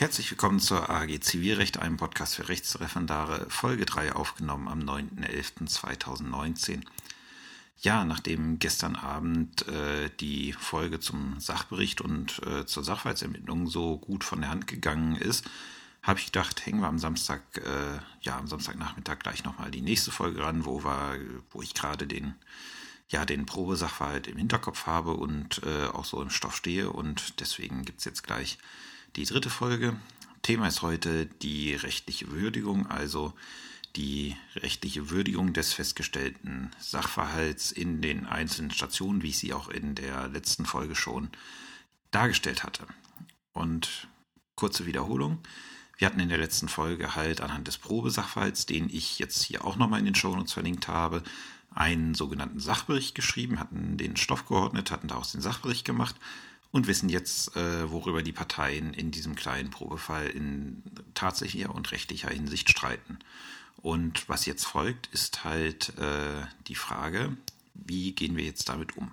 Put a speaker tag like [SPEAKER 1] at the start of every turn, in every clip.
[SPEAKER 1] Herzlich willkommen zur AG Zivilrecht, einem Podcast für Rechtsreferendare, Folge 3, aufgenommen am 9.11.2019. Ja, nachdem gestern Abend die Folge zum Sachbericht und zur Sachverhaltsermittlung so gut von der Hand gegangen ist, habe ich gedacht, hängen wir am Samstagnachmittag gleich nochmal die nächste Folge ran, wo ich gerade den Probesachverhalt im Hinterkopf habe und auch so im Stoff stehe, und deswegen gibt es jetzt gleich die dritte Folge. Thema ist heute die rechtliche Würdigung, also die rechtliche Würdigung des festgestellten Sachverhalts in den einzelnen Stationen, wie ich sie auch in der letzten Folge schon dargestellt hatte. Und kurze Wiederholung. Wir hatten in der letzten Folge halt anhand des Probesachverhalts, den ich jetzt hier auch nochmal in den Shownotes verlinkt habe, einen sogenannten Sachbericht geschrieben, hatten den Stoff geordnet, hatten daraus den Sachbericht gemacht und wissen jetzt, worüber die Parteien in diesem kleinen Probefall in tatsächlicher und rechtlicher Hinsicht streiten. Und was jetzt folgt, ist halt die Frage, wie gehen wir jetzt damit um?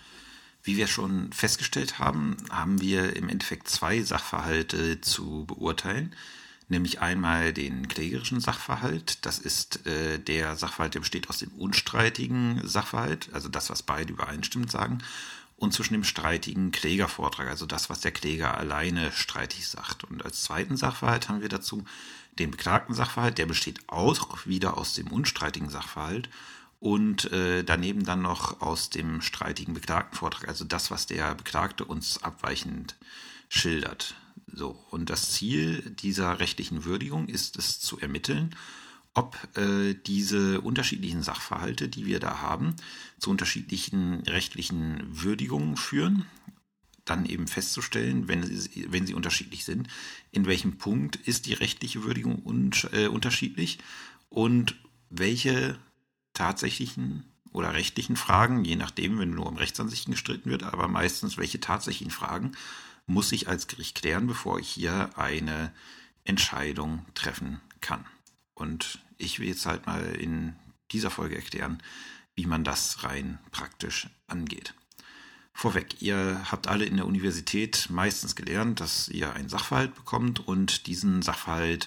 [SPEAKER 1] Wie wir schon festgestellt haben, haben wir im Endeffekt zwei Sachverhalte zu beurteilen. Nämlich einmal den klägerischen Sachverhalt. Das ist der Sachverhalt, der besteht aus dem unstreitigen Sachverhalt, also das, was beide übereinstimmend sagen, und zwischen dem streitigen Klägervortrag, also das, was der Kläger alleine streitig sagt. Und als zweiten Sachverhalt haben wir dazu den beklagten Sachverhalt, der besteht auch wieder aus dem unstreitigen Sachverhalt und daneben dann noch aus dem streitigen beklagten Vortrag, also das, was der Beklagte uns abweichend schildert. So, und das Ziel dieser rechtlichen Würdigung ist es zu ermitteln, ob diese unterschiedlichen Sachverhalte, die wir da haben, zu unterschiedlichen rechtlichen Würdigungen führen, dann eben festzustellen, wenn sie unterschiedlich sind, in welchem Punkt ist die rechtliche Würdigung unterschiedlich und welche tatsächlichen oder rechtlichen Fragen, je nachdem, wenn nur um Rechtsansichten gestritten wird, aber meistens welche tatsächlichen Fragen muss ich als Gericht klären, bevor ich hier eine Entscheidung treffen kann. Und ich will jetzt halt mal in dieser Folge erklären, wie man das rein praktisch angeht. Vorweg, ihr habt alle in der Universität meistens gelernt, dass ihr einen Sachverhalt bekommt und diesen Sachverhalt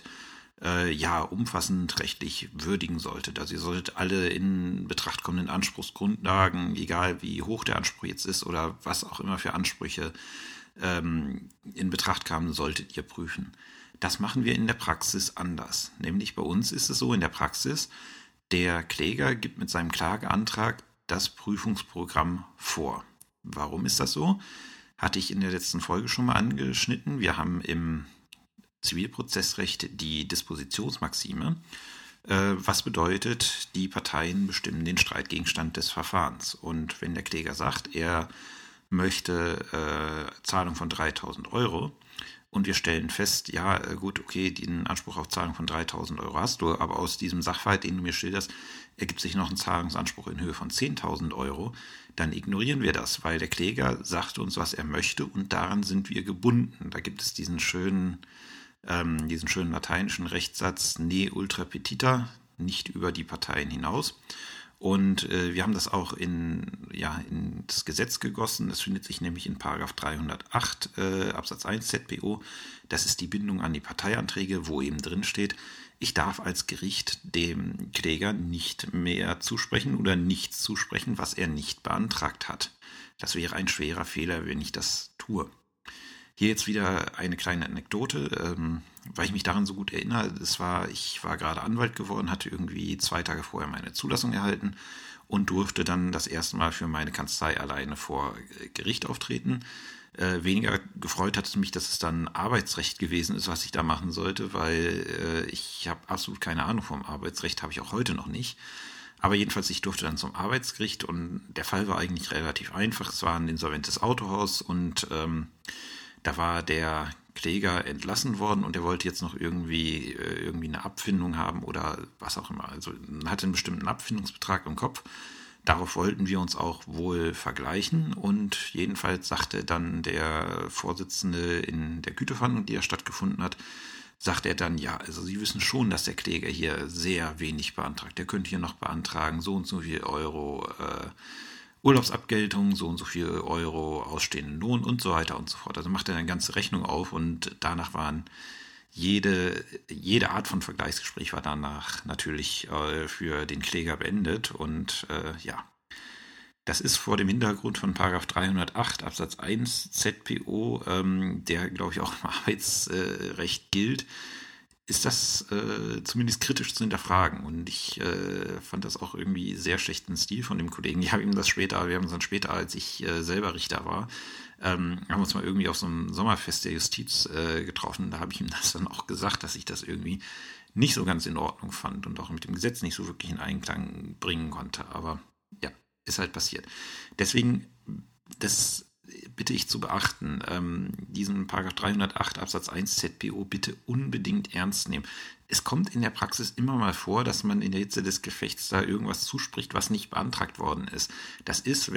[SPEAKER 1] umfassend rechtlich würdigen solltet. Also ihr solltet alle in Betracht kommenden Anspruchsgrundlagen, egal wie hoch der Anspruch jetzt ist oder was auch immer für Ansprüche in Betracht kamen, solltet ihr prüfen. Das machen wir in der Praxis anders. Nämlich bei uns ist es so in der Praxis, der Kläger gibt mit seinem Klageantrag das Prüfungsprogramm vor. Warum ist das so? Hatte ich in der letzten Folge schon mal angeschnitten. Wir haben im Zivilprozessrecht die Dispositionsmaxime, was bedeutet, die Parteien bestimmen den Streitgegenstand des Verfahrens. Und wenn der Kläger sagt, er möchte Zahlung von 3.000 Euro und wir stellen fest, ja gut, okay, den Anspruch auf Zahlung von 3.000 Euro hast du, aber aus diesem Sachverhalt, den du mir schilderst, ergibt sich noch ein Zahlungsanspruch in Höhe von 10.000 Euro, dann ignorieren wir das, weil der Kläger sagt uns, was er möchte und daran sind wir gebunden. Da gibt es diesen schönen lateinischen Rechtssatz ne ultra petita, nicht über die Parteien hinaus. Und wir haben das auch in das Gesetz gegossen. Das findet sich nämlich in § 308 Absatz 1 ZPO. Das ist die Bindung an die Parteianträge, wo eben drin steht, ich darf als Gericht dem Kläger nicht mehr zusprechen oder nichts zusprechen, was er nicht beantragt hat. Das wäre ein schwerer Fehler, wenn ich das tue. Hier jetzt wieder eine kleine Anekdote, weil ich mich daran so gut erinnere. Ich war gerade Anwalt geworden, hatte irgendwie 2 Tage vorher meine Zulassung erhalten und durfte dann das erste Mal für meine Kanzlei alleine vor Gericht auftreten. Weniger gefreut hat es mich, dass es dann Arbeitsrecht gewesen ist, was ich da machen sollte, weil ich habe absolut keine Ahnung vom Arbeitsrecht, habe ich auch heute noch nicht. Aber jedenfalls, ich durfte dann zum Arbeitsgericht und der Fall war eigentlich relativ einfach. Es war ein insolventes Autohaus und da war der Kläger entlassen worden und er wollte jetzt noch irgendwie eine Abfindung haben oder was auch immer. Also hatte einen bestimmten Abfindungsbetrag im Kopf. Darauf wollten wir uns auch wohl vergleichen und jedenfalls sagte dann der Vorsitzende in der Güterverhandlung, die ja stattgefunden hat, sagt er dann, ja, also Sie wissen schon, dass der Kläger hier sehr wenig beantragt. Der könnte hier noch beantragen, so und so viel Euro Urlaubsabgeltung, so und so viel Euro ausstehenden Lohn und so weiter und so fort. Also macht er eine ganze Rechnung auf und danach waren jede Art von Vergleichsgespräch war danach natürlich für den Kläger beendet und ja, das ist vor dem Hintergrund von § 308 Absatz 1 ZPO, der glaube ich auch im Arbeitsrecht gilt, ist das zumindest kritisch zu hinterfragen. Und ich fand das auch irgendwie sehr schlechten Stil von dem Kollegen. Wir haben uns dann später, als ich selber Richter war, haben uns mal irgendwie auf so einem Sommerfest der Justiz getroffen. Da habe ich ihm das dann auch gesagt, dass ich das irgendwie nicht so ganz in Ordnung fand und auch mit dem Gesetz nicht so wirklich in Einklang bringen konnte. Aber ja, ist halt passiert. Deswegen, das bitte ich zu beachten, diesen § 308 Absatz 1 ZPO bitte unbedingt ernst nehmen. Es kommt in der Praxis immer mal vor, dass man in der Hitze des Gefechts da irgendwas zuspricht, was nicht beantragt worden ist. Das ist,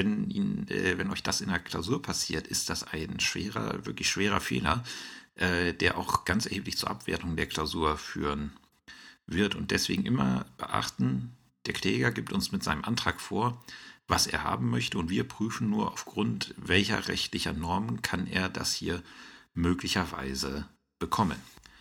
[SPEAKER 1] wenn euch das in der Klausur passiert, ist das ein wirklich schwerer Fehler, der auch ganz erheblich zur Abwertung der Klausur führen wird. Und deswegen immer beachten, der Kläger gibt uns mit seinem Antrag vor, was er haben möchte und wir prüfen nur, aufgrund welcher rechtlicher Normen kann er das hier möglicherweise bekommen.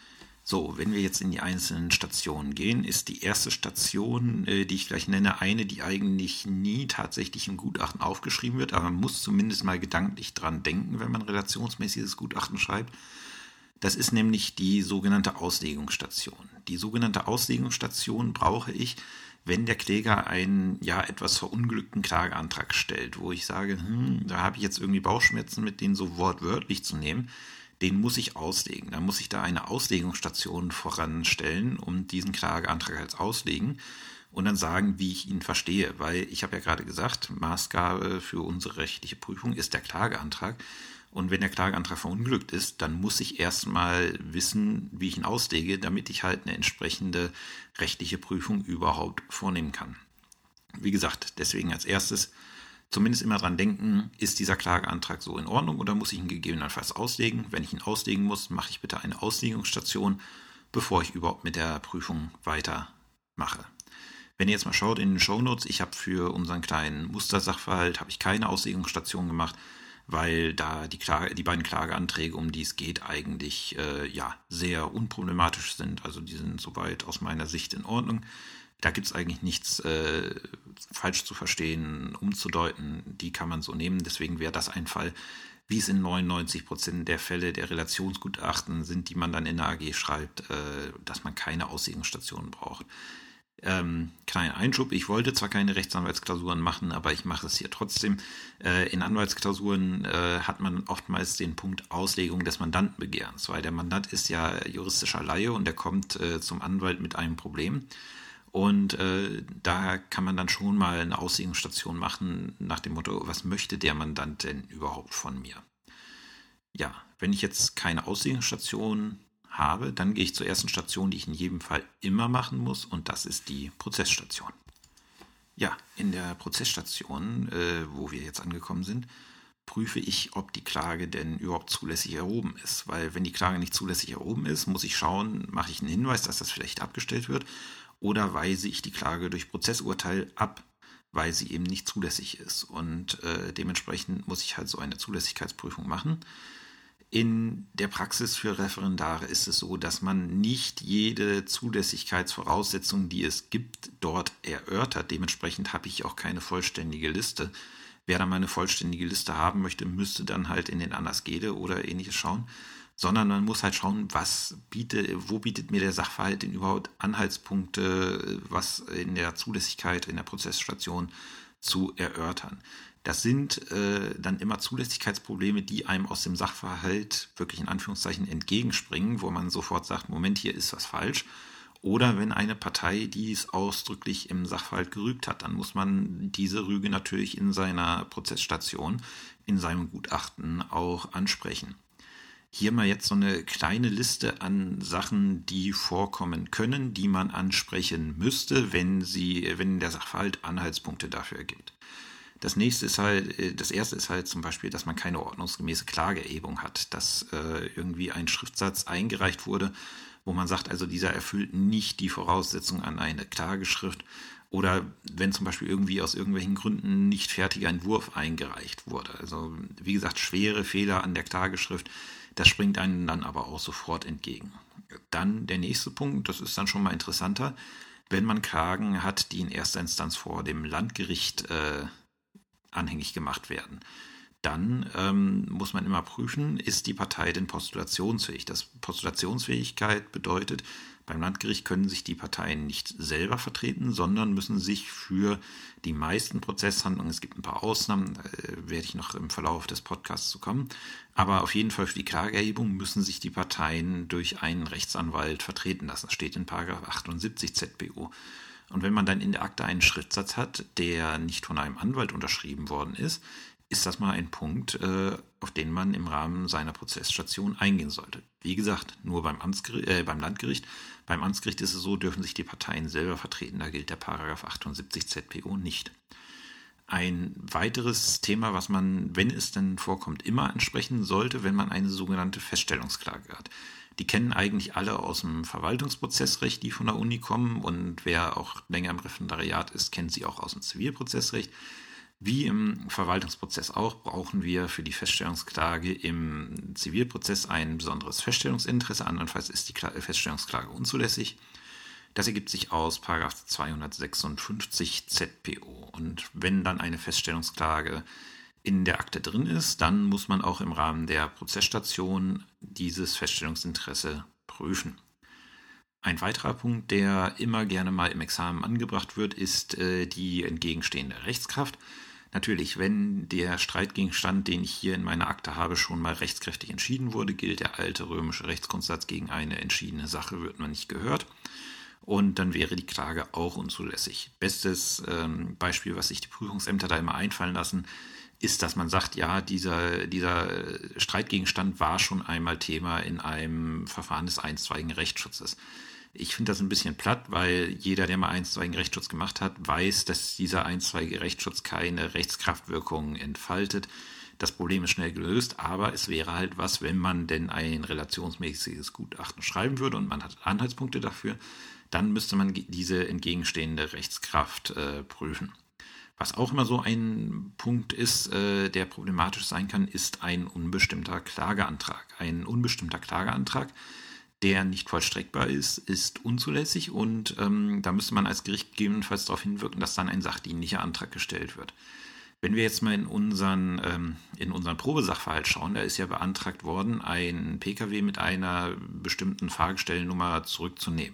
[SPEAKER 1] So, wenn wir jetzt in die einzelnen Stationen gehen, ist die erste Station, die ich gleich nenne, eine, die eigentlich nie tatsächlich im Gutachten aufgeschrieben wird, aber man muss zumindest mal gedanklich dran denken, wenn man relationsmäßiges Gutachten schreibt. Das ist nämlich die sogenannte Auslegungsstation. Die sogenannte Auslegungsstation brauche ich, wenn der Kläger einen etwas verunglückten Klageantrag stellt, wo ich sage, da habe ich jetzt irgendwie Bauchschmerzen, mit denen so wortwörtlich zu nehmen, den muss ich auslegen. Dann muss ich da eine Auslegungsstation voranstellen und diesen Klageantrag als auslegen und dann sagen, wie ich ihn verstehe. Weil ich habe ja gerade gesagt, Maßgabe für unsere rechtliche Prüfung ist der Klageantrag. Und wenn der Klageantrag verunglückt ist, dann muss ich erstmal wissen, wie ich ihn auslege, damit ich halt eine entsprechende rechtliche Prüfung überhaupt vornehmen kann. Wie gesagt, deswegen als erstes zumindest immer dran denken, ist dieser Klageantrag so in Ordnung oder muss ich ihn gegebenenfalls auslegen? Wenn ich ihn auslegen muss, mache ich bitte eine Auslegungsstation, bevor ich überhaupt mit der Prüfung weitermache. Wenn ihr jetzt mal schaut in den Shownotes, ich habe für unseren kleinen Mustersachverhalt habe ich keine Auslegungsstation gemacht, weil da die beiden Klageanträge, um die es geht, eigentlich sehr unproblematisch sind. Also die sind soweit aus meiner Sicht in Ordnung. Da gibt es eigentlich nichts falsch zu verstehen, umzudeuten. Die kann man so nehmen. Deswegen wäre das ein Fall, wie es in 99% der Fälle der Relationsgutachten sind, die man dann in der AG schreibt, dass man keine Auslegungsstationen braucht. Kleiner Einschub, ich wollte zwar keine Rechtsanwaltsklausuren machen, aber ich mache es hier trotzdem. In Anwaltsklausuren hat man oftmals den Punkt Auslegung des Mandantenbegehrens, weil der Mandant ist ja juristischer Laie und der kommt zum Anwalt mit einem Problem. Und da kann man dann schon mal eine Auslegungsstation machen nach dem Motto, was möchte der Mandant denn überhaupt von mir? Ja, wenn ich jetzt keine Auslegungsstation habe, dann gehe ich zur ersten Station, die ich in jedem Fall immer machen muss, und das ist die Prozessstation. Ja, in der Prozessstation, wo wir jetzt angekommen sind, prüfe ich, ob die Klage denn überhaupt zulässig erhoben ist. Weil wenn die Klage nicht zulässig erhoben ist, muss ich schauen, mache ich einen Hinweis, dass das vielleicht abgestellt wird, oder weise ich die Klage durch Prozessurteil ab, weil sie eben nicht zulässig ist. Und dementsprechend muss ich halt so eine Zulässigkeitsprüfung machen. In der Praxis für Referendare ist es so, dass man nicht jede Zulässigkeitsvoraussetzung, die es gibt, dort erörtert. Dementsprechend habe ich auch keine vollständige Liste. Wer da mal eine vollständige Liste haben möchte, müsste dann halt in den Andersgede oder ähnliches schauen. Sondern man muss halt schauen, wo bietet mir der Sachverhalt denn überhaupt Anhaltspunkte, was in der Zulässigkeit in der Prozessstation zu erörtern. Das sind dann immer Zulässigkeitsprobleme, die einem aus dem Sachverhalt wirklich in Anführungszeichen entgegenspringen, wo man sofort sagt, Moment, hier ist was falsch. Oder wenn eine Partei dies ausdrücklich im Sachverhalt gerügt hat, dann muss man diese Rüge natürlich in seiner Prozessstation, in seinem Gutachten auch ansprechen. Hier mal jetzt so eine kleine Liste an Sachen, die vorkommen können, die man ansprechen müsste, wenn der Sachverhalt Anhaltspunkte dafür ergibt. Das erste ist halt zum Beispiel, dass man keine ordnungsgemäße Klageerhebung hat, dass irgendwie ein Schriftsatz eingereicht wurde, wo man sagt, also dieser erfüllt nicht die Voraussetzung an eine Klageschrift Oder wenn zum Beispiel irgendwie aus irgendwelchen Gründen nicht fertiger Entwurf eingereicht wurde. Also wie gesagt, schwere Fehler an der Klageschrift, das springt einem dann aber auch sofort entgegen. Dann der nächste Punkt, das ist dann schon mal interessanter, wenn man Klagen hat, die in erster Instanz vor dem Landgericht anhängig gemacht werden. Dann muss man immer prüfen, ist die Partei denn postulationsfähig? Das Postulationsfähigkeit bedeutet, beim Landgericht können sich die Parteien nicht selber vertreten, sondern müssen sich für die meisten Prozesshandlungen, es gibt ein paar Ausnahmen, da werde ich noch im Verlauf des Podcasts zu kommen, aber auf jeden Fall für die Klageerhebung müssen sich die Parteien durch einen Rechtsanwalt vertreten lassen. Das steht in § 78 ZPO. Und wenn man dann in der Akte einen Schrittsatz hat, der nicht von einem Anwalt unterschrieben worden ist das mal ein Punkt, auf den man im Rahmen seiner Prozessstation eingehen sollte. Wie gesagt, nur beim Landgericht. Beim Amtsgericht ist es so, dürfen sich die Parteien selber vertreten. Da gilt der § 78 ZPO nicht. Ein weiteres Thema, was man, wenn es denn vorkommt, immer ansprechen sollte, wenn man eine sogenannte Feststellungsklage hat. Die kennen eigentlich alle aus dem Verwaltungsprozessrecht, die von der Uni kommen. Und wer auch länger im Referendariat ist, kennt sie auch aus dem Zivilprozessrecht. Wie im Verwaltungsprozess auch, brauchen wir für die Feststellungsklage im Zivilprozess ein besonderes Feststellungsinteresse, andernfalls ist die Feststellungsklage unzulässig. Das ergibt sich aus § 256 ZPO. Und wenn dann eine Feststellungsklage in der Akte drin ist, dann muss man auch im Rahmen der Prozessstation dieses Feststellungsinteresse prüfen. Ein weiterer Punkt, der immer gerne mal im Examen angebracht wird, ist die entgegenstehende Rechtskraft. Natürlich, wenn der Streitgegenstand, den ich hier in meiner Akte habe, schon mal rechtskräftig entschieden wurde, gilt der alte römische Rechtsgrundsatz, gegen eine entschiedene Sache wird man nicht gehört. Und dann wäre die Klage auch unzulässig. Bestes Beispiel, was sich die Prüfungsämter da immer einfallen lassen, ist, dass man sagt, ja, dieser Streitgegenstand war schon einmal Thema in einem Verfahren des einstweiligen Rechtsschutzes. Ich finde das ein bisschen platt, weil jeder, der mal einstweiligen Rechtsschutz gemacht hat, weiß, dass dieser einstweilige Rechtsschutz keine Rechtskraftwirkung entfaltet. Das Problem ist schnell gelöst, aber es wäre halt was, wenn man denn ein relationsmäßiges Gutachten schreiben würde und man hat Anhaltspunkte dafür, dann müsste man diese entgegenstehende Rechtskraft prüfen. Was auch immer so ein Punkt ist, der problematisch sein kann, ist ein unbestimmter Klageantrag. Ein unbestimmter Klageantrag, der nicht vollstreckbar ist, ist unzulässig und da müsste man als Gericht gegebenenfalls darauf hinwirken, dass dann ein sachdienlicher Antrag gestellt wird. Wenn wir jetzt mal in unseren Probesachverhalt schauen, da ist ja beantragt worden, einen Pkw mit einer bestimmten Fahrgestellnummer zurückzunehmen.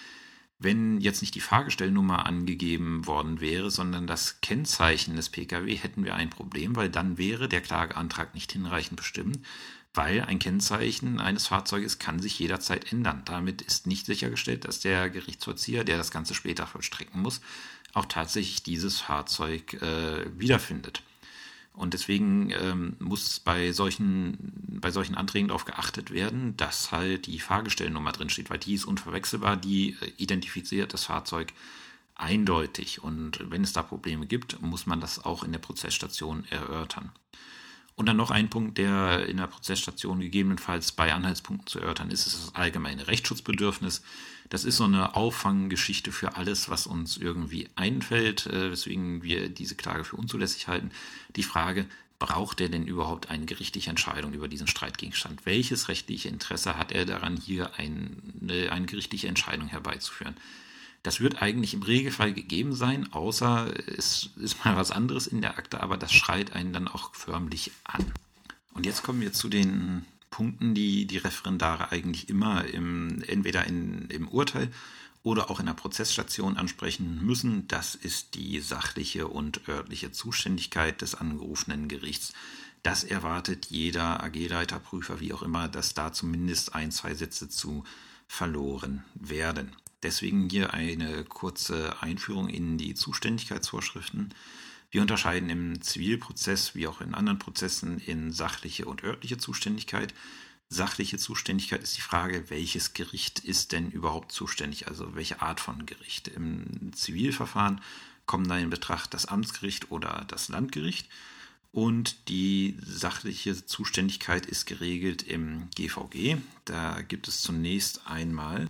[SPEAKER 1] Wenn jetzt nicht die Fahrgestellnummer angegeben worden wäre, sondern das Kennzeichen des Pkw, hätten wir ein Problem, weil dann wäre der Klageantrag nicht hinreichend bestimmt, weil ein Kennzeichen eines Fahrzeuges kann sich jederzeit ändern. Damit ist nicht sichergestellt, dass der Gerichtsvollzieher, der das Ganze später vollstrecken muss, auch tatsächlich dieses Fahrzeug wiederfindet. Und deswegen muss bei solchen Anträgen darauf geachtet werden, dass halt die Fahrgestellnummer drin steht, weil die ist unverwechselbar, die identifiziert das Fahrzeug eindeutig. Und wenn es da Probleme gibt, muss man das auch in der Prozessstation erörtern. Und dann noch ein Punkt, der in der Prozessstation gegebenenfalls bei Anhaltspunkten zu erörtern ist das allgemeine Rechtsschutzbedürfnis. Das ist so eine Auffanggeschichte für alles, was uns irgendwie einfällt, weswegen wir diese Klage für unzulässig halten. Die Frage, braucht er denn überhaupt eine gerichtliche Entscheidung über diesen Streitgegenstand? Welches rechtliche Interesse hat er daran, hier eine gerichtliche Entscheidung herbeizuführen? Das wird eigentlich im Regelfall gegeben sein, außer es ist mal was anderes in der Akte, aber das schreit einen dann auch förmlich an. Und jetzt kommen wir zu den Punkten, die die Referendare eigentlich immer entweder im Urteil oder auch in der Prozessstation ansprechen müssen. Das ist die sachliche und örtliche Zuständigkeit des angerufenen Gerichts. Das erwartet jeder AG-Leiter, Prüfer, wie auch immer, dass da zumindest 1-2 Sätze zu verloren werden. Deswegen hier eine kurze Einführung in die Zuständigkeitsvorschriften. Wir unterscheiden im Zivilprozess wie auch in anderen Prozessen in sachliche und örtliche Zuständigkeit. Sachliche Zuständigkeit ist die Frage, welches Gericht ist denn überhaupt zuständig, also welche Art von Gericht. Im Zivilverfahren kommen da in Betracht das Amtsgericht oder das Landgericht. Und die sachliche Zuständigkeit ist geregelt im GVG. Da gibt es zunächst einmal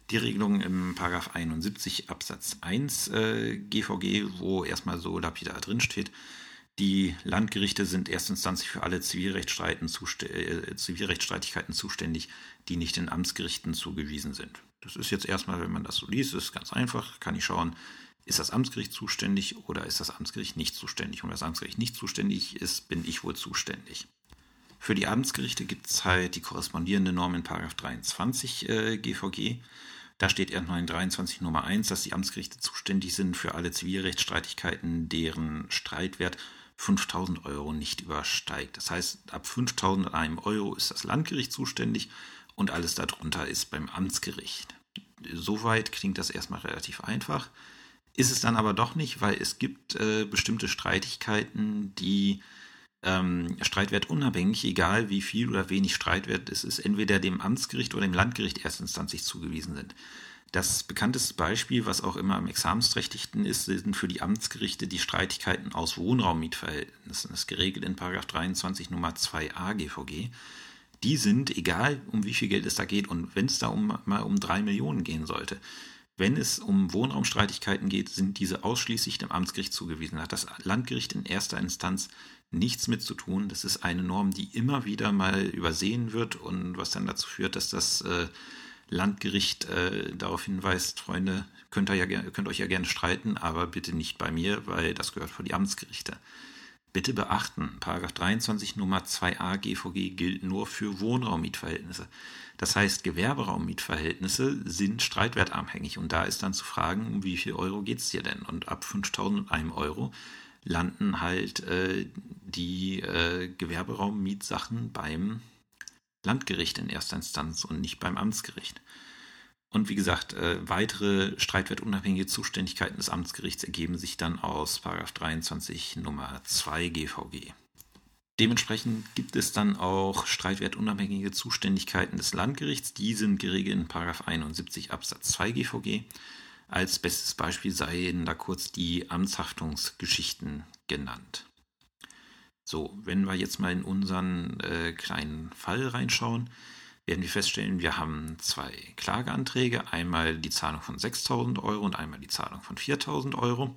[SPEAKER 1] Die Regelung im § 71 Absatz 1 GVG, wo erstmal so lapidar drin steht, die Landgerichte sind erstinstanzlich für alle Zivilrechtsstreitigkeiten zuständig, die nicht den Amtsgerichten zugewiesen sind. Das ist jetzt erstmal, wenn man das so liest, ist ganz einfach, kann ich schauen, ist das Amtsgericht zuständig oder ist das Amtsgericht nicht zuständig? Und wenn das Amtsgericht nicht zuständig ist, bin ich wohl zuständig. Für die Amtsgerichte gibt es halt die korrespondierende Norm in § 23 GVG. Da steht erstmal in 23 Nummer 1, dass die Amtsgerichte zuständig sind für alle Zivilrechtsstreitigkeiten, deren Streitwert 5.000 Euro nicht übersteigt. Das heißt, ab 5.001 Euro ist das Landgericht zuständig und alles darunter ist beim Amtsgericht. Soweit klingt das erstmal relativ einfach. Ist es dann aber doch nicht, weil es gibt bestimmte Streitigkeiten, die Streitwert unabhängig, egal wie viel oder wenig Streitwert es ist, entweder dem Amtsgericht oder dem Landgericht erstinstanzlich zugewiesen sind. Das bekannteste Beispiel, was auch immer am examensträchtigsten ist, sind für die Amtsgerichte die Streitigkeiten aus Wohnraummietverhältnissen. Das ist geregelt in § 23 Nummer 2a GVG. Die sind, egal um wie viel Geld es da geht und wenn es da mal um 3 Millionen gehen sollte, wenn es um Wohnraumstreitigkeiten geht, sind diese ausschließlich dem Amtsgericht zugewiesen. Da hat das Landgericht in erster Instanz nichts mit zu tun. Das ist eine Norm, die immer wieder mal übersehen wird und was dann dazu führt, dass das Landgericht darauf hinweist, Freunde, könnt euch ja gerne streiten, aber bitte nicht bei mir, weil das gehört vor die Amtsgerichte. Bitte beachten, § 23 Nummer 2a GVG gilt nur für Wohnraummietverhältnisse. Das heißt, Gewerberaummietverhältnisse sind streitwertabhängig und da ist dann zu fragen, um wie viel Euro geht es dir denn? Und ab 5.001 Euro landen halt die Gewerberaummietsachen beim Landgericht in erster Instanz und nicht beim Amtsgericht. Und wie gesagt, weitere streitwertunabhängige Zuständigkeiten des Amtsgerichts ergeben sich dann aus § 23 Nummer 2 GVG. Dementsprechend gibt es dann auch streitwertunabhängige Zuständigkeiten des Landgerichts. Die sind geregelt in § 71 Absatz 2 GVG. Als bestes Beispiel seien da kurz die Amtshaftungsgeschichten genannt. So, wenn wir jetzt mal in unseren kleinen Fall reinschauen, werden wir feststellen, wir haben 2 Klageanträge, einmal die Zahlung von 6.000 Euro und einmal die Zahlung von 4.000 Euro.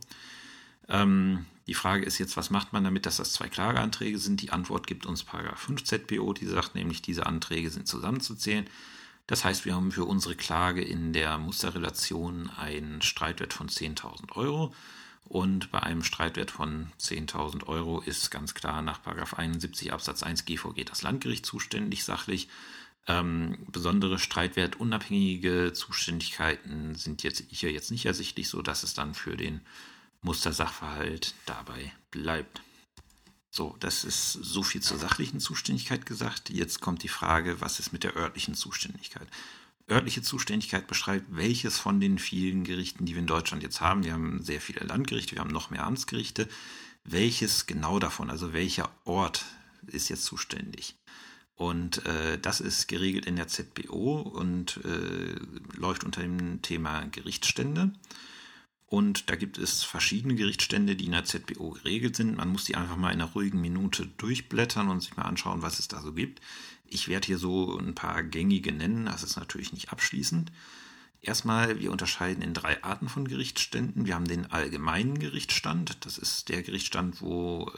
[SPEAKER 1] Die Frage ist jetzt, was macht man damit, dass das 2 Klageanträge sind? Die Antwort gibt uns § 5 ZBO, die sagt nämlich, diese Anträge sind zusammenzuzählen. Das heißt, wir haben für unsere Klage in der Musterrelation einen Streitwert von 10.000 Euro. Und bei einem Streitwert von 10.000 Euro ist ganz klar nach § 71 Absatz 1 GVG das Landgericht zuständig sachlich. Besondere streitwertunabhängige Zuständigkeiten sind hier jetzt nicht ersichtlich, sodass es dann für den Mustersachverhalt dabei bleibt. So, das ist so viel zur sachlichen Zuständigkeit gesagt. Jetzt kommt die Frage, was ist mit der örtlichen Zuständigkeit? Örtliche Zuständigkeit beschreibt, welches von den vielen Gerichten, die wir in Deutschland jetzt haben, wir haben sehr viele Landgerichte, wir haben noch mehr Amtsgerichte, welches genau davon, also welcher Ort ist jetzt zuständig? Und das ist geregelt in der ZBO und läuft unter dem Thema Gerichtsstände. Und da gibt es verschiedene Gerichtsstände, die in der ZBO geregelt sind. Man muss die einfach mal in einer ruhigen Minute durchblättern und sich mal anschauen, was es da so gibt. Ich werde hier so ein paar gängige nennen, das ist natürlich nicht abschließend. Erstmal, wir unterscheiden in 3 Arten von Gerichtsständen. Wir haben den allgemeinen Gerichtsstand. Das ist der Gerichtsstand, wo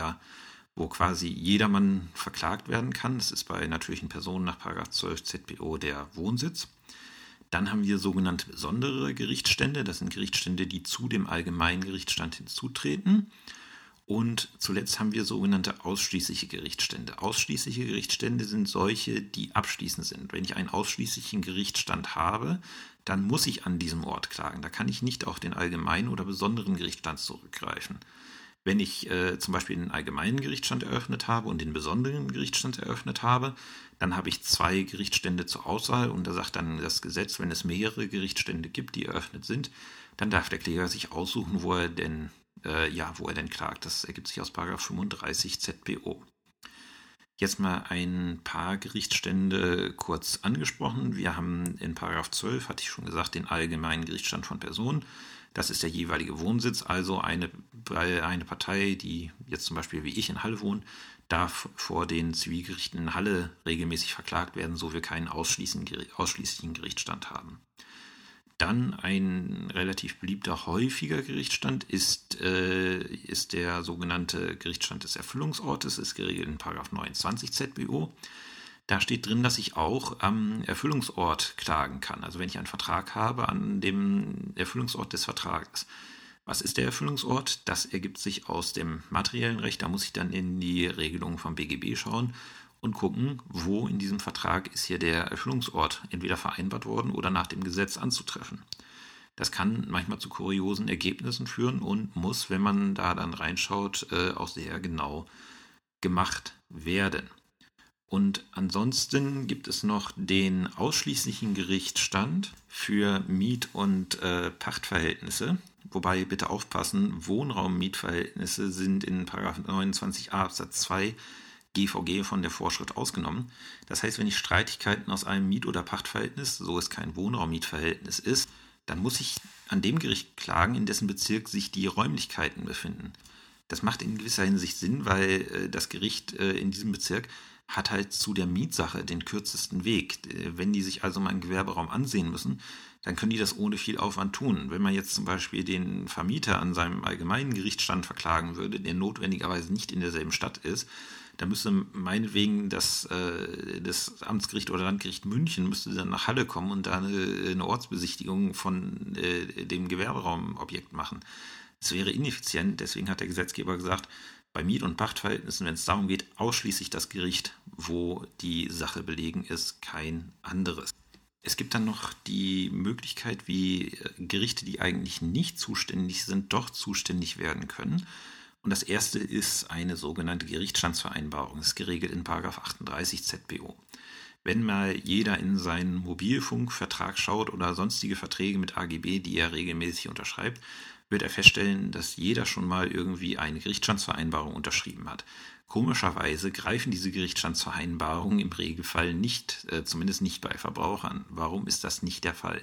[SPEAKER 1] quasi jedermann verklagt werden kann. Das ist bei natürlichen Personen nach § 12 ZBO der Wohnsitz. Dann haben wir sogenannte besondere Gerichtsstände. Das sind Gerichtsstände, die zu dem allgemeinen Gerichtsstand hinzutreten. Und zuletzt haben wir sogenannte ausschließliche Gerichtsstände. Ausschließliche Gerichtsstände sind solche, die abschließend sind. Wenn ich einen ausschließlichen Gerichtsstand habe, dann muss ich an diesem Ort klagen. Da kann ich nicht auf den allgemeinen oder besonderen Gerichtsstand zurückgreifen. Wenn ich zum Beispiel den allgemeinen Gerichtsstand eröffnet habe und den besonderen Gerichtsstand eröffnet habe, dann habe ich 2 Gerichtsstände zur Auswahl und da sagt dann das Gesetz, wenn es mehrere Gerichtsstände gibt, die eröffnet sind, dann darf der Kläger sich aussuchen, wo er denn klagt. Das ergibt sich aus § 35 ZBO. Jetzt mal ein paar Gerichtsstände kurz angesprochen. Wir haben in § 12, hatte ich schon gesagt, den allgemeinen Gerichtsstand von Personen. Das ist der jeweilige Wohnsitz, also eine Partei, die jetzt zum Beispiel wie ich in Halle wohnt, darf vor den Zivilgerichten in Halle regelmäßig verklagt werden, so wir keinen ausschließlichen Gerichtsstand haben. Dann ein relativ beliebter, häufiger Gerichtsstand ist der sogenannte Gerichtsstand des Erfüllungsortes, ist geregelt in § 29 ZBO. Da steht drin, dass ich auch am Erfüllungsort klagen kann. Also wenn ich einen Vertrag habe an dem Erfüllungsort des Vertrages. Was ist der Erfüllungsort? Das ergibt sich aus dem materiellen Recht. Da muss ich dann in die Regelung vom BGB schauen und gucken, wo in diesem Vertrag ist hier der Erfüllungsort entweder vereinbart worden oder nach dem Gesetz anzutreffen. Das kann manchmal zu kuriosen Ergebnissen führen und muss, wenn man da dann reinschaut, auch sehr genau gemacht werden. Und ansonsten gibt es noch den ausschließlichen Gerichtsstand für Miet- und Pachtverhältnisse. Wobei bitte aufpassen, Wohnraummietverhältnisse sind in § 29a Absatz 2 GVG von der Vorschrift ausgenommen. Das heißt, wenn ich Streitigkeiten aus einem Miet- oder Pachtverhältnis, so es kein Wohnraummietverhältnis ist, dann muss ich an dem Gericht klagen, in dessen Bezirk sich die Räumlichkeiten befinden. Das macht in gewisser Hinsicht Sinn, weil das Gericht in diesem Bezirk hat halt zu der Mietsache den kürzesten Weg. Wenn die sich also mal einen Gewerberaum ansehen müssen, dann können die das ohne viel Aufwand tun. Wenn man jetzt zum Beispiel den Vermieter an seinem allgemeinen Gerichtsstand verklagen würde, der notwendigerweise nicht in derselben Stadt ist, dann müsste meinetwegen das Amtsgericht oder Landgericht München müsste dann nach Halle kommen und da eine Ortsbesichtigung von dem Gewerberaumobjekt machen. Das wäre ineffizient, deswegen hat der Gesetzgeber gesagt, bei Miet- und Pachtverhältnissen, wenn es darum geht, ausschließlich das Gericht, wo die Sache belegen ist, kein anderes. Es gibt dann noch die Möglichkeit, wie Gerichte, die eigentlich nicht zuständig sind, doch zuständig werden können. Und das erste ist eine sogenannte Gerichtsstandsvereinbarung. Das ist geregelt in § 38 ZBO. Wenn mal jeder in seinen Mobilfunkvertrag schaut oder sonstige Verträge mit AGB, die er regelmäßig unterschreibt, wird er feststellen, dass jeder schon mal irgendwie eine Gerichtsstandsvereinbarung unterschrieben hat. Komischerweise greifen diese Gerichtsstandsvereinbarungen im Regelfall nicht, zumindest nicht bei Verbrauchern. Warum ist das nicht der Fall?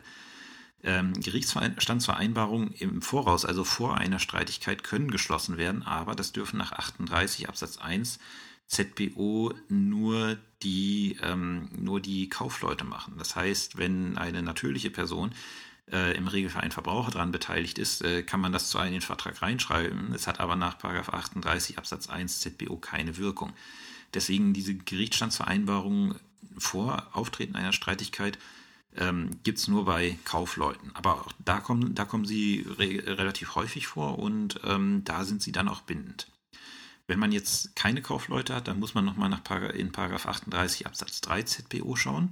[SPEAKER 1] Gerichtsstandsvereinbarungen im Voraus, also vor einer Streitigkeit, können geschlossen werden, aber das dürfen nach 38 Absatz 1 ZBO nur die Kaufleute machen. Das heißt, wenn eine natürliche Person im Regelfall ein Verbraucher daran beteiligt ist, kann man das zwar in den Vertrag reinschreiben, es hat aber nach § 38 Absatz 1 ZBO keine Wirkung. Deswegen diese Gerichtsstandsvereinbarung vor Auftreten einer Streitigkeit gibt es nur bei Kaufleuten. Aber auch da kommen sie relativ häufig vor und da sind sie dann auch bindend. Wenn man jetzt keine Kaufleute hat, dann muss man nochmal in § 38 Absatz 3 ZBO schauen.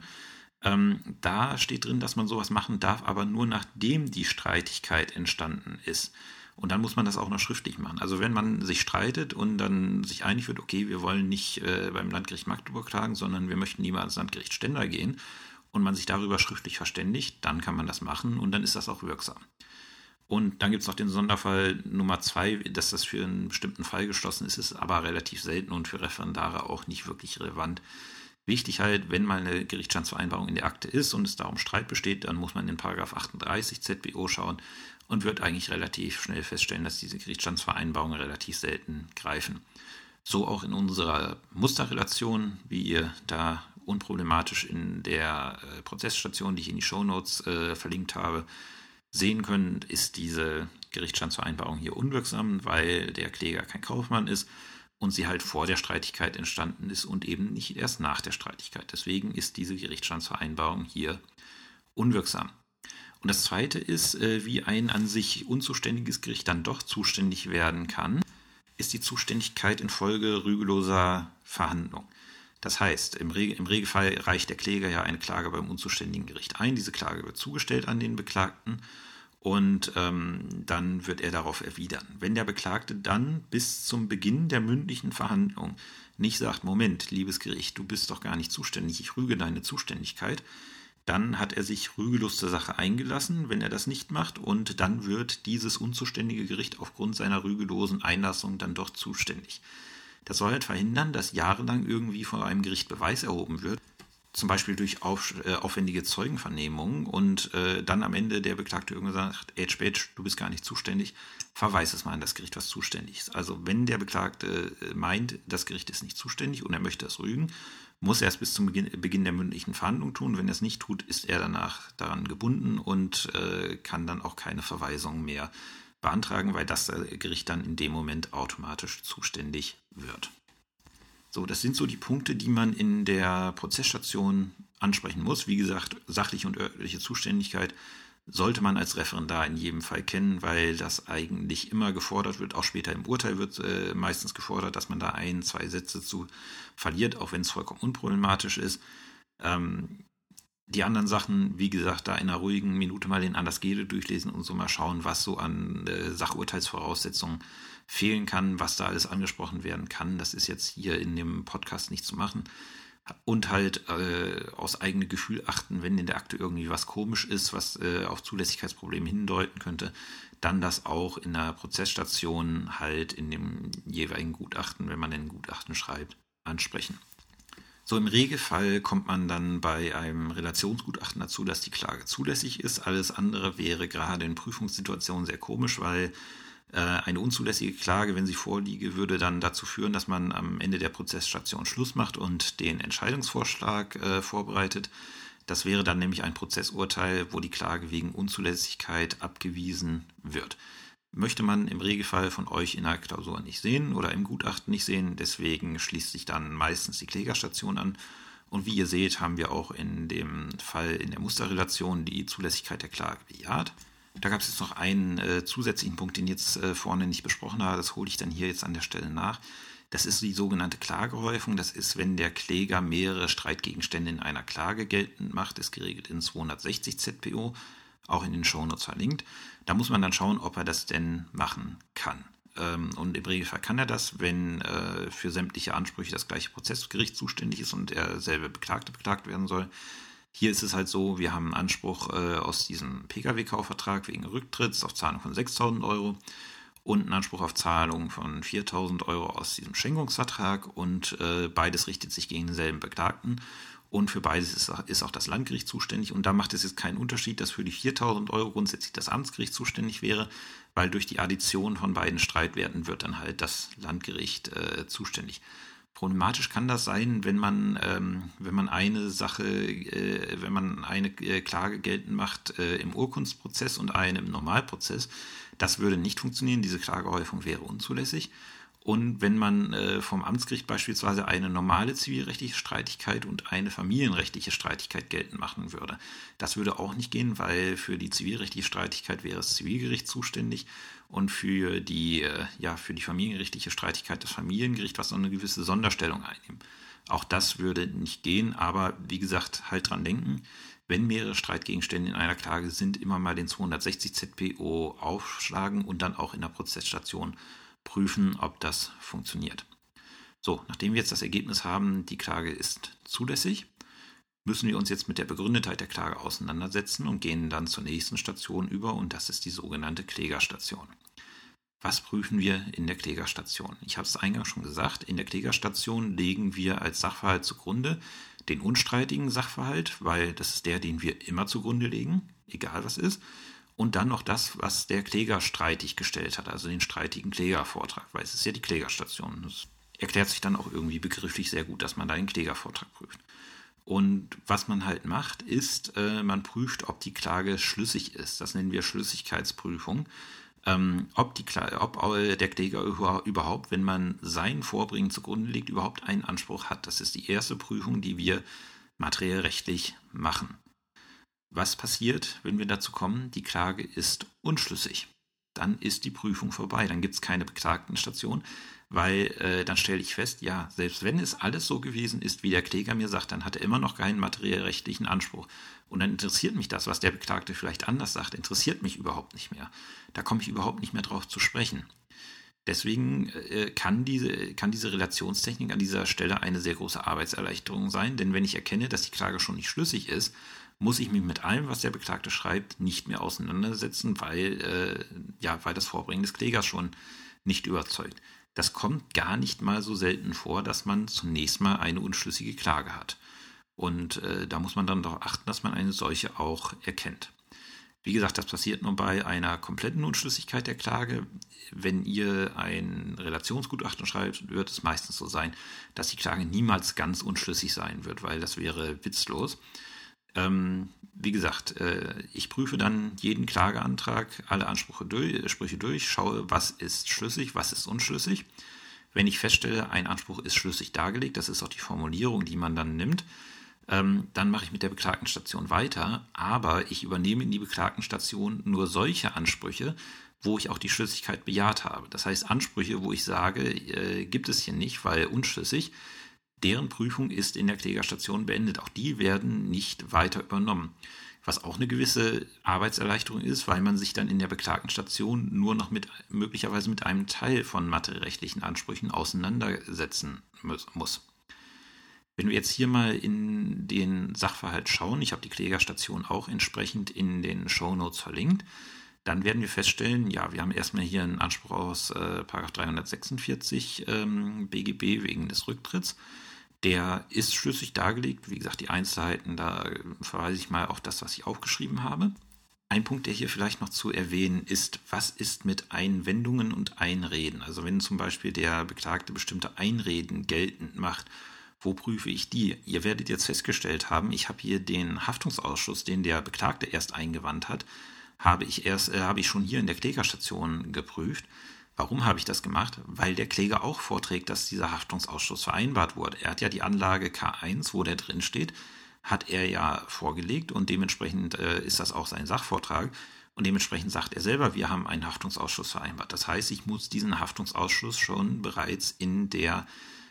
[SPEAKER 1] Da steht drin, dass man sowas machen darf, aber nur nachdem die Streitigkeit entstanden ist. Und dann muss man das auch noch schriftlich machen. Also wenn man sich streitet und dann sich einig wird, okay, wir wollen nicht beim Landgericht Magdeburg klagen, sondern wir möchten lieber ans Landgericht Stendal gehen und man sich darüber schriftlich verständigt, dann kann man das machen und dann ist das auch wirksam. Und dann gibt es noch den Sonderfall Nummer 2, dass das für einen bestimmten Fall geschlossen ist, ist aber relativ selten und für Referendare auch nicht wirklich relevant. Wichtig halt, wenn mal eine Gerichtsstandsvereinbarung in der Akte ist und es darum Streit besteht, dann muss man in § 38 ZBO schauen und wird eigentlich relativ schnell feststellen, dass diese Gerichtsstandsvereinbarungen relativ selten greifen. So auch in unserer Musterrelation, wie ihr da unproblematisch in der Prozessstation, die ich in die Shownotes verlinkt habe, sehen könnt, ist diese Gerichtsstandsvereinbarung hier unwirksam, weil der Kläger kein Kaufmann ist und sie halt vor der Streitigkeit entstanden ist und eben nicht erst nach der Streitigkeit. Deswegen ist diese Gerichtsstandsvereinbarung hier unwirksam. Und das Zweite ist, wie ein an sich unzuständiges Gericht dann doch zuständig werden kann, ist die Zuständigkeit infolge rügeloser Verhandlung. Das heißt, im Regelfall reicht der Kläger ja eine Klage beim unzuständigen Gericht ein. Diese Klage wird zugestellt an den Beklagten und dann wird er darauf erwidern. Wenn der Beklagte dann bis zum Beginn der mündlichen Verhandlung nicht sagt, Moment, liebes Gericht, du bist doch gar nicht zuständig, ich rüge deine Zuständigkeit, dann hat er sich rügelos zur Sache eingelassen, wenn er das nicht macht, und dann wird dieses unzuständige Gericht aufgrund seiner rügelosen Einlassung dann doch zuständig. Das soll halt verhindern, dass jahrelang irgendwie vor einem Gericht Beweis erhoben wird, zum Beispiel durch aufwendige Zeugenvernehmungen und dann am Ende der Beklagte irgendwann sagt, Edge, du bist gar nicht zuständig, verweis es mal an das Gericht, was zuständig ist. Also wenn der Beklagte meint, das Gericht ist nicht zuständig und er möchte es rügen, muss er es bis zum Beginn der mündlichen Verhandlung tun. Wenn er es nicht tut, ist er danach daran gebunden und kann dann auch keine Verweisung mehr beantragen, weil das Gericht dann in dem Moment automatisch zuständig wird. So, das sind so die Punkte, die man in der Prozessstation ansprechen muss. Wie gesagt, sachliche und örtliche Zuständigkeit sollte man als Referendar in jedem Fall kennen, weil das eigentlich immer gefordert wird. Auch später im Urteil wird meistens gefordert, dass man da 1, 2 Sätze zu verliert, auch wenn es vollkommen unproblematisch ist. Die anderen Sachen, wie gesagt, da in einer ruhigen Minute mal den Anders Gede durchlesen und so mal schauen, was so an Sachurteilsvoraussetzungen fehlen kann, was da alles angesprochen werden kann. Das ist jetzt hier in dem Podcast nicht zu machen. Und halt aus eigenem Gefühl achten, wenn in der Akte irgendwie was komisch ist, was auf Zulässigkeitsprobleme hindeuten könnte, dann das auch in der Prozessstation halt in dem jeweiligen Gutachten, wenn man ein Gutachten schreibt, ansprechen. So, im Regelfall kommt man dann bei einem Relationsgutachten dazu, dass die Klage zulässig ist. Alles andere wäre gerade in Prüfungssituationen sehr komisch, weil eine unzulässige Klage, wenn sie vorliege, würde dann dazu führen, dass man am Ende der Prozessstation Schluss macht und den Entscheidungsvorschlag vorbereitet. Das wäre dann nämlich ein Prozessurteil, wo die Klage wegen Unzulässigkeit abgewiesen wird. Möchte man im Regelfall von euch in der Klausur nicht sehen oder im Gutachten nicht sehen, deswegen schließt sich dann meistens die Klägerstation an. Und wie ihr seht, haben wir auch in dem Fall in der Musterrelation die Zulässigkeit der Klage bejaht. Da gab es jetzt noch einen zusätzlichen Punkt, den ich jetzt vorne nicht besprochen habe. Das hole ich dann hier jetzt an der Stelle nach. Das ist die sogenannte Klagehäufung. Das ist, wenn der Kläger mehrere Streitgegenstände in einer Klage geltend macht. Ist geregelt in 260 ZPO, auch in den Shownotes verlinkt. Da muss man dann schauen, ob er das denn machen kann. Und im Regelfall kann er das, wenn für sämtliche Ansprüche das gleiche Prozessgericht zuständig ist und er selber beklagt werden soll. Hier ist es halt so, wir haben einen Anspruch aus diesem Pkw-Kaufvertrag wegen Rücktritts auf Zahlung von 6.000 Euro und einen Anspruch auf Zahlung von 4.000 Euro aus diesem Schenkungsvertrag und beides richtet sich gegen denselben Beklagten und für beides ist auch das Landgericht zuständig und da macht es jetzt keinen Unterschied, dass für die 4.000 Euro grundsätzlich das Amtsgericht zuständig wäre, weil durch die Addition von beiden Streitwerten wird dann halt das Landgericht zuständig. Problematisch kann das sein, wenn man eine Klage geltend macht im Urkundsprozess und eine im Normalprozess. Das würde nicht funktionieren, diese Klagehäufung wäre unzulässig. Und wenn man vom Amtsgericht beispielsweise eine normale zivilrechtliche Streitigkeit und eine familienrechtliche Streitigkeit geltend machen würde, das würde auch nicht gehen, weil für die zivilrechtliche Streitigkeit wäre das Zivilgericht zuständig und für die familienrechtliche Streitigkeit das Familiengericht, was so eine gewisse Sonderstellung einnimmt. Auch das würde nicht gehen, aber wie gesagt, halt dran denken, wenn mehrere Streitgegenstände in einer Klage sind, immer mal den 260 ZPO aufschlagen und dann auch in der Prozessstation prüfen, ob das funktioniert. So, nachdem wir jetzt das Ergebnis haben, die Klage ist zulässig, müssen wir uns jetzt mit der Begründetheit der Klage auseinandersetzen und gehen dann zur nächsten Station über und das ist die sogenannte Klägerstation. Was prüfen wir in der Klägerstation? Ich habe es eingangs schon gesagt, in der Klägerstation legen wir als Sachverhalt zugrunde den unstreitigen Sachverhalt, weil das ist der, den wir immer zugrunde legen, egal was ist. Und dann noch das, was der Kläger streitig gestellt hat, also den streitigen Klägervortrag, weil es ist ja die Klägerstation. Das erklärt sich dann auch irgendwie begrifflich sehr gut, dass man da den Klägervortrag prüft. Und was man halt macht, ist, man prüft, ob die Klage schlüssig ist. Das nennen wir Schlüssigkeitsprüfung. Ob der Kläger überhaupt, wenn man sein Vorbringen zugrunde legt, überhaupt einen Anspruch hat. Das ist die erste Prüfung, die wir materiell rechtlich machen. Was passiert, wenn wir dazu kommen, die Klage ist unschlüssig? Dann ist die Prüfung vorbei, dann gibt es keine Beklagtenstation, weil dann stelle ich fest, ja, selbst wenn es alles so gewesen ist, wie der Kläger mir sagt, dann hat er immer noch keinen materiell-rechtlichen Anspruch. Und dann interessiert mich das, was der Beklagte vielleicht anders sagt, interessiert mich überhaupt nicht mehr. Da komme ich überhaupt nicht mehr drauf zu sprechen. Deswegen kann diese Relationstechnik an dieser Stelle eine sehr große Arbeitserleichterung sein, denn wenn ich erkenne, dass die Klage schon nicht schlüssig ist, muss ich mich mit allem, was der Beklagte schreibt, nicht mehr auseinandersetzen, weil das Vorbringen des Klägers schon nicht überzeugt. Das kommt gar nicht mal so selten vor, dass man zunächst mal eine unschlüssige Klage hat. Und da muss man dann darauf achten, dass man eine solche auch erkennt. Wie gesagt, das passiert nur bei einer kompletten Unschlüssigkeit der Klage. Wenn ihr ein Relationsgutachten schreibt, wird es meistens so sein, dass die Klage niemals ganz unschlüssig sein wird, weil das wäre witzlos. Wie gesagt, ich prüfe dann jeden Klageantrag, alle Ansprüche durch, schaue, was ist schlüssig, was ist unschlüssig. Wenn ich feststelle, ein Anspruch ist schlüssig dargelegt, das ist auch die Formulierung, die man dann nimmt, dann mache ich mit der Beklagtenstation weiter, aber ich übernehme in die Beklagtenstation nur solche Ansprüche, wo ich auch die Schlüssigkeit bejaht habe. Das heißt, Ansprüche, wo ich sage, gibt es hier nicht, weil unschlüssig, deren Prüfung ist in der Klägerstation beendet. Auch die werden nicht weiter übernommen. Was auch eine gewisse Arbeitserleichterung ist, weil man sich dann in der Beklagtenstation nur noch möglicherweise mit einem Teil von materiellrechtlichen Ansprüchen auseinandersetzen muss. Wenn wir jetzt hier mal in den Sachverhalt schauen, ich habe die Klägerstation auch entsprechend in den Shownotes verlinkt, dann werden wir feststellen, ja, wir haben erstmal hier einen Anspruch aus § 346 BGB wegen des Rücktritts. Der ist schlüssig dargelegt. Wie gesagt, die Einzelheiten, da verweise ich mal auf das, was ich aufgeschrieben habe. Ein Punkt, der hier vielleicht noch zu erwähnen ist, was ist mit Einwendungen und Einreden? Also wenn zum Beispiel der Beklagte bestimmte Einreden geltend macht, wo prüfe ich die? Ihr werdet jetzt festgestellt haben, ich habe hier den Haftungsausschuss, den der Beklagte erst eingewandt hat, habe ich schon hier in der Klägerstation geprüft. Warum habe ich das gemacht? Weil der Kläger auch vorträgt, dass dieser Haftungsausschuss vereinbart wurde. Er hat ja die Anlage K1, wo der drin steht, hat er ja vorgelegt und dementsprechend ist das auch sein Sachvortrag. Und dementsprechend sagt er selber, wir haben einen Haftungsausschuss vereinbart. Das heißt, ich muss diesen Haftungsausschuss schon bereits in der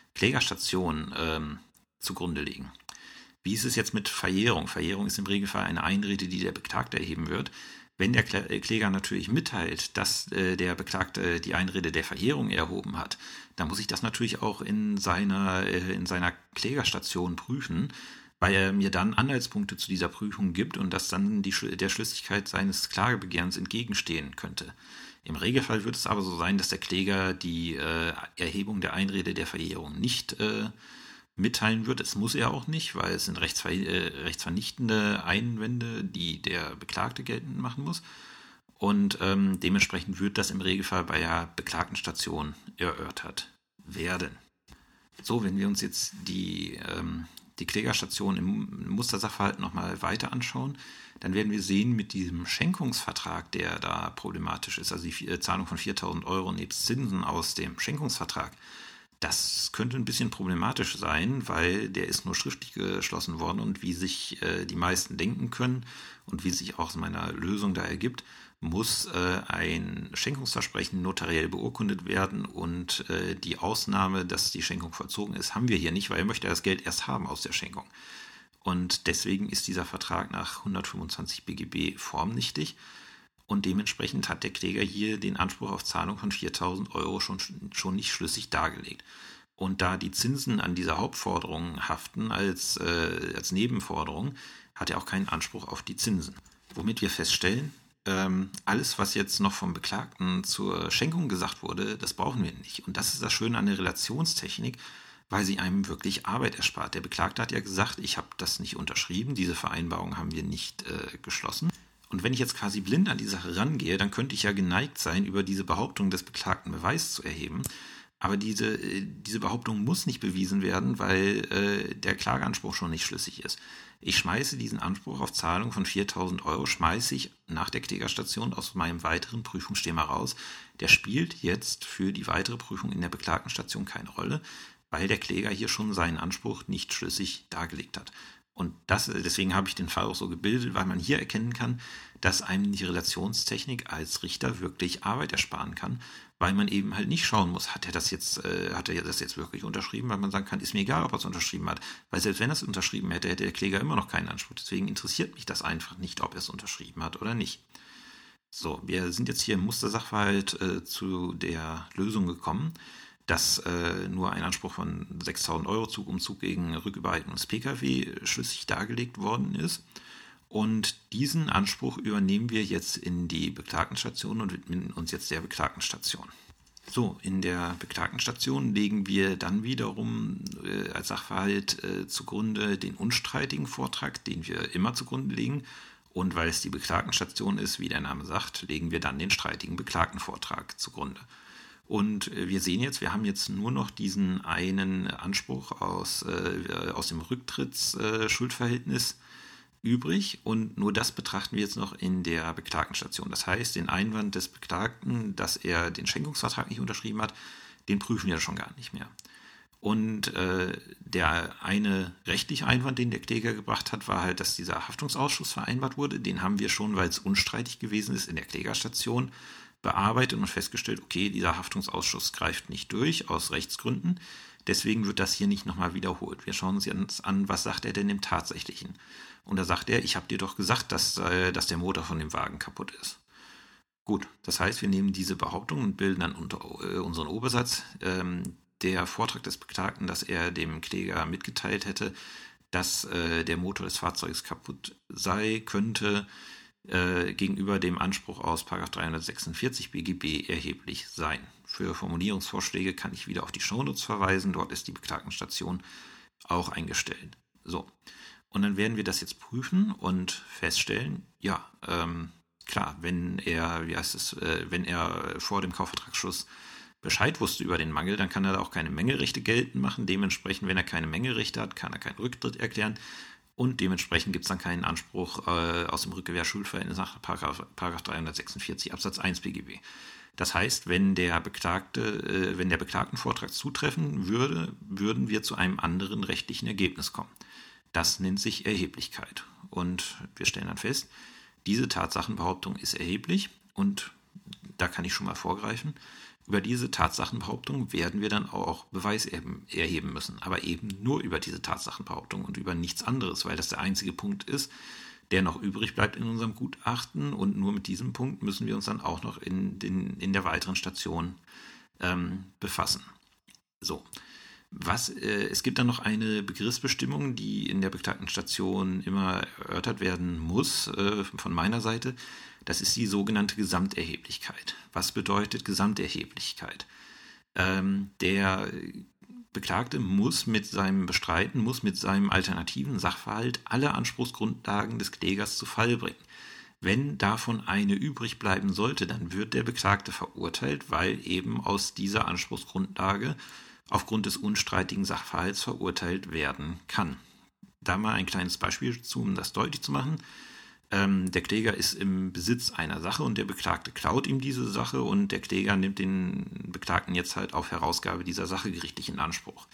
[SPEAKER 1] Klägerstation zugrunde legen. Wie ist es jetzt mit Verjährung? Verjährung ist im Regelfall eine Einrede, die der Beklagte erheben wird. Wenn der Kläger natürlich mitteilt, dass der Beklagte die Einrede der Verjährung erhoben hat, dann muss ich das natürlich auch in seiner Klägerstation prüfen, weil er mir dann Anhaltspunkte zu dieser Prüfung gibt und das dann der Schlüssigkeit seines Klagebegehrens entgegenstehen könnte. Im Regelfall wird es aber so sein, dass der Kläger die Erhebung der Einrede der Verjährung nicht mitteilen wird. Es muss er auch nicht, weil es sind rechtsvernichtende Einwände, die der Beklagte geltend machen muss. Und dementsprechend wird das im Regelfall bei der Beklagtenstation erörtert werden. So, wenn wir uns jetzt die Klägerstation im Mustersachverhalt nochmal weiter anschauen, dann werden wir sehen, mit diesem Schenkungsvertrag, der da problematisch ist, also die Zahlung von 4.000 Euro nebst Zinsen aus dem Schenkungsvertrag, das könnte ein bisschen problematisch sein, weil der ist nur schriftlich geschlossen worden und wie sich die meisten denken können und wie sich auch aus meiner Lösung da ergibt, muss ein Schenkungsversprechen notariell beurkundet werden und die Ausnahme, dass die Schenkung vollzogen ist, haben wir hier nicht, weil er möchte das Geld erst haben aus der Schenkung. Und deswegen ist dieser Vertrag nach 125 BGB formnichtig. Und dementsprechend hat der Kläger hier den Anspruch auf Zahlung von 4.000 Euro schon nicht schlüssig dargelegt. Und da die Zinsen an dieser Hauptforderung haften als Nebenforderung, hat er auch keinen Anspruch auf die Zinsen. Womit wir feststellen, alles, was jetzt noch vom Beklagten zur Schenkung gesagt wurde, das brauchen wir nicht. Und das ist das Schöne an der Relationstechnik, weil sie einem wirklich Arbeit erspart. Der Beklagte hat ja gesagt, ich habe das nicht unterschrieben, diese Vereinbarung haben wir nicht geschlossen. Und wenn ich jetzt quasi blind an die Sache rangehe, dann könnte ich ja geneigt sein, über diese Behauptung des Beklagten Beweis zu erheben. Aber diese Behauptung muss nicht bewiesen werden, weil der Klageanspruch schon nicht schlüssig ist. Ich schmeiße diesen Anspruch auf Zahlung von 4.000 Euro, schmeiße ich nach der Klägerstation aus meinem weiteren Prüfungsschema raus. Der spielt jetzt für die weitere Prüfung in der Beklagtenstation keine Rolle, weil der Kläger hier schon seinen Anspruch nicht schlüssig dargelegt hat. Und deswegen habe ich den Fall auch so gebildet, weil man hier erkennen kann, dass einem die Relationstechnik als Richter wirklich Arbeit ersparen kann, weil man eben halt nicht schauen muss, hat er das jetzt wirklich unterschrieben, weil man sagen kann, ist mir egal, ob er es unterschrieben hat, weil selbst wenn er es unterschrieben hätte, hätte der Kläger immer noch keinen Anspruch. Deswegen interessiert mich das einfach nicht, ob er es unterschrieben hat oder nicht. So, wir sind jetzt hier im Mustersachverhalt zu der Lösung gekommen, dass nur ein Anspruch von 6.000 Euro Zugumzug gegen Rückübereignung des Pkw schlüssig dargelegt worden ist. Und diesen Anspruch übernehmen wir jetzt in die Beklagtenstation und widmen uns jetzt der Beklagtenstation. So, in der Beklagtenstation legen wir dann wiederum als Sachverhalt zugrunde den unstreitigen Vortrag, den wir immer zugrunde legen. Und weil es die Beklagtenstation ist, wie der Name sagt, legen wir dann den streitigen Beklagtenvortrag zugrunde. Und wir sehen jetzt, wir haben jetzt nur noch diesen einen Anspruch aus dem Rücktrittsschuldverhältnis übrig und nur das betrachten wir jetzt noch in der Beklagtenstation. Das heißt, den Einwand des Beklagten, dass er den Schenkungsvertrag nicht unterschrieben hat, den prüfen wir schon gar nicht mehr. Und der eine rechtliche Einwand, den der Kläger gebracht hat, war halt, dass dieser Haftungsausschuss vereinbart wurde. Den haben wir schon, weil es unstreitig gewesen ist, in der Klägerstation bearbeitet und festgestellt, okay, dieser Haftungsausschuss greift nicht durch aus Rechtsgründen. Deswegen wird das hier nicht nochmal wiederholt. Wir schauen uns an, was sagt er denn im Tatsächlichen. Und da sagt er, ich habe dir doch gesagt, dass der Motor von dem Wagen kaputt ist. Gut, das heißt, wir nehmen diese Behauptung und bilden dann unter unseren Obersatz der Vortrag des Beklagten, dass er dem Kläger mitgeteilt hätte, dass der Motor des Fahrzeuges kaputt sei, könnte gegenüber dem Anspruch aus § 346 BGB erheblich sein. Für Formulierungsvorschläge kann ich wieder auf die Shownotes verweisen, dort ist die Beklagtenstation auch eingestellt. So, und dann werden wir das jetzt prüfen und feststellen, ja, klar, wenn er vor dem Kaufvertragsschluss Bescheid wusste über den Mangel, dann kann er auch keine Mängelrechte geltend machen. Dementsprechend, wenn er keine Mängelrechte hat, kann er keinen Rücktritt erklären. Und dementsprechend gibt es dann keinen Anspruch aus dem Rückgewährschuldverhältnis nach § 346 Absatz 1 BGB. Das heißt, wenn der Beklagtenvortrag zutreffen würde, würden wir zu einem anderen rechtlichen Ergebnis kommen. Das nennt sich Erheblichkeit. Und wir stellen dann fest, diese Tatsachenbehauptung ist erheblich und da kann ich schon mal vorgreifen. Über diese Tatsachenbehauptung werden wir dann auch Beweis erheben müssen, aber eben nur über diese Tatsachenbehauptung und über nichts anderes, weil das der einzige Punkt ist, der noch übrig bleibt in unserem Gutachten und nur mit diesem Punkt müssen wir uns dann auch noch in der weiteren Station befassen. So, es gibt dann noch eine Begriffsbestimmung, die in der Beklagtenstation immer erörtert werden muss, von meiner Seite. Das ist die sogenannte Gesamterheblichkeit. Was bedeutet Gesamterheblichkeit? Der Beklagte muss mit seinem alternativen Sachverhalt alle Anspruchsgrundlagen des Klägers zu Fall bringen. Wenn davon eine übrig bleiben sollte, dann wird der Beklagte verurteilt, weil eben aus dieser Anspruchsgrundlage aufgrund des unstreitigen Sachverhalts verurteilt werden kann. Da mal ein kleines Beispiel zu, um das deutlich zu machen. Der Kläger ist im Besitz einer Sache und der Beklagte klaut ihm diese Sache und der Kläger nimmt den Beklagten jetzt halt auf Herausgabe dieser Sache gerichtlich in Anspruch.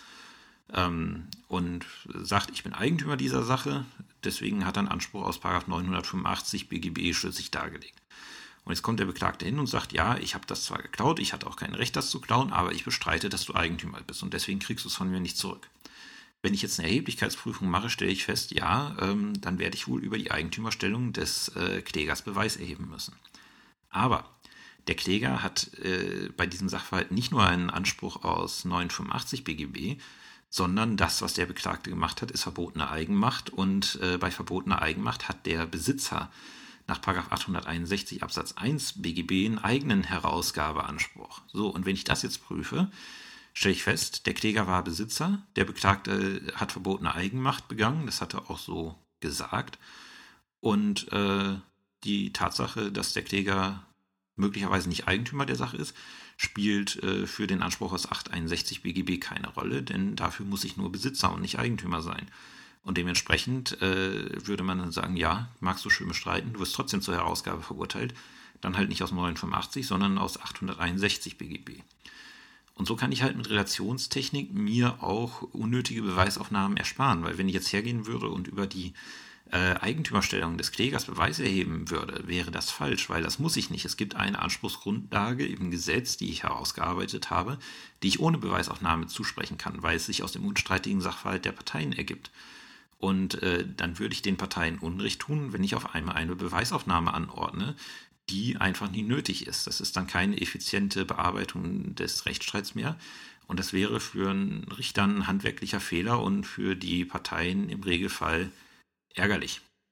[SPEAKER 1] Und sagt, ich bin Eigentümer dieser Sache, deswegen hat er einen Anspruch aus § 985 BGB schlüssig dargelegt. Und jetzt kommt der Beklagte hin und sagt, ja, ich habe das zwar geklaut, ich hatte auch kein Recht, das zu klauen, aber ich bestreite, dass du Eigentümer bist und deswegen kriegst du es von mir nicht zurück. Wenn ich jetzt eine Erheblichkeitsprüfung mache, stelle ich fest, ja, dann werde ich wohl über die Eigentümerstellung des Klägers Beweis erheben müssen. Aber der Kläger hat bei diesem Sachverhalt nicht nur einen Anspruch aus 985 BGB, sondern das, was der Beklagte gemacht hat, ist verbotene Eigenmacht und bei verbotener Eigenmacht hat der Besitzer nach § 861 Absatz 1 BGB einen eigenen Herausgabeanspruch. So, und wenn ich das jetzt prüfe, stelle ich fest, der Kläger war Besitzer, der Beklagte hat verbotene Eigenmacht begangen, das hat er auch so gesagt. Und die Tatsache, dass der Kläger möglicherweise nicht Eigentümer der Sache ist, spielt für den Anspruch aus 861 BGB keine Rolle, denn dafür muss ich nur Besitzer und nicht Eigentümer sein. Und dementsprechend würde man dann sagen, ja, magst du schön bestreiten, du wirst trotzdem zur Herausgabe verurteilt, dann halt nicht aus 985, sondern aus 861 BGB. Und so kann ich halt mit Relationstechnik mir auch unnötige Beweisaufnahmen ersparen, weil wenn ich jetzt hergehen würde und über die Eigentümerstellung des Klägers Beweis erheben würde, wäre das falsch, weil das muss ich nicht. Es gibt eine Anspruchsgrundlage im Gesetz, die ich herausgearbeitet habe, die ich ohne Beweisaufnahme zusprechen kann, weil es sich aus dem unstreitigen Sachverhalt der Parteien ergibt. Und dann würde ich den Parteien Unrecht tun, wenn ich auf einmal eine Beweisaufnahme anordne, die einfach nie nötig ist. Das ist dann keine effiziente Bearbeitung des Rechtsstreits mehr. Und das wäre für einen Richter ein handwerklicher Fehler und für die Parteien im Regelfall ärgerlich.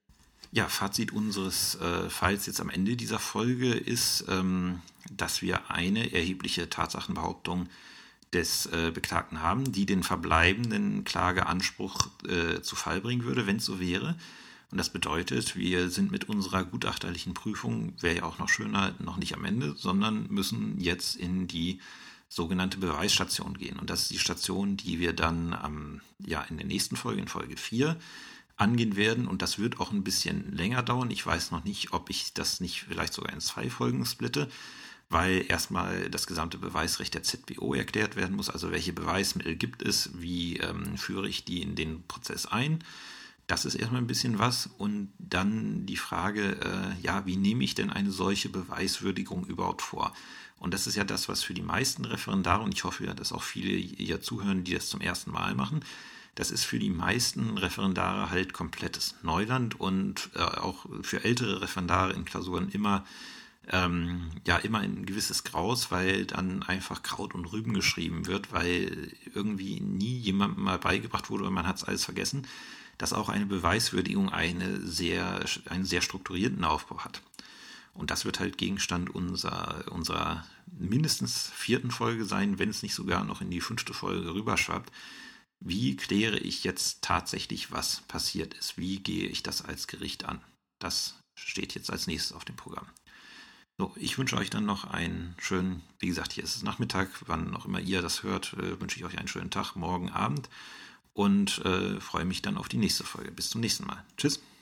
[SPEAKER 1] Ja, Fazit unseres Falls jetzt am Ende dieser Folge ist, dass wir eine erhebliche Tatsachenbehauptung des Beklagten haben, die den verbleibenden Klageanspruch zu Fall bringen würde, wenn es so wäre. Und das bedeutet, wir sind mit unserer gutachterlichen Prüfung, wäre ja auch noch schöner, noch nicht am Ende, sondern müssen jetzt in die sogenannte Beweisstation gehen. Und das ist die Station, die wir dann in der nächsten Folge, in Folge 4, angehen werden. Und das wird auch ein bisschen länger dauern. Ich weiß noch nicht, ob ich das nicht vielleicht sogar in 2 Folgen splitte, weil erstmal das gesamte Beweisrecht der ZBO erklärt werden muss. Also welche Beweismittel gibt es, wie führe ich die in den Prozess ein. Das ist erstmal ein bisschen was. Und dann die Frage, wie nehme ich denn eine solche Beweiswürdigung überhaupt vor? Und das ist ja das, was für die meisten Referendare, und ich hoffe ja, dass auch viele hier zuhören, die das zum ersten Mal machen, das ist für die meisten Referendare halt komplettes Neuland und auch für ältere Referendare in Klausuren immer ein gewisses Graus, weil dann einfach Kraut und Rüben geschrieben wird, weil irgendwie nie jemandem mal beigebracht wurde und man hat es alles vergessen, dass auch eine Beweiswürdigung einen sehr strukturierten Aufbau hat. Und das wird halt Gegenstand unserer mindestens 4. Folge sein, wenn es nicht sogar noch in die 5. Folge rüberschwappt. Wie kläre ich jetzt tatsächlich, was passiert ist? Wie gehe ich das als Gericht an? Das steht jetzt als nächstes auf dem Programm. So, ich wünsche euch dann noch einen schönen, wie gesagt, hier ist es Nachmittag, wann auch immer ihr das hört, wünsche ich euch einen schönen Tag, morgen Abend und freue mich dann auf die nächste Folge. Bis zum nächsten Mal. Tschüss.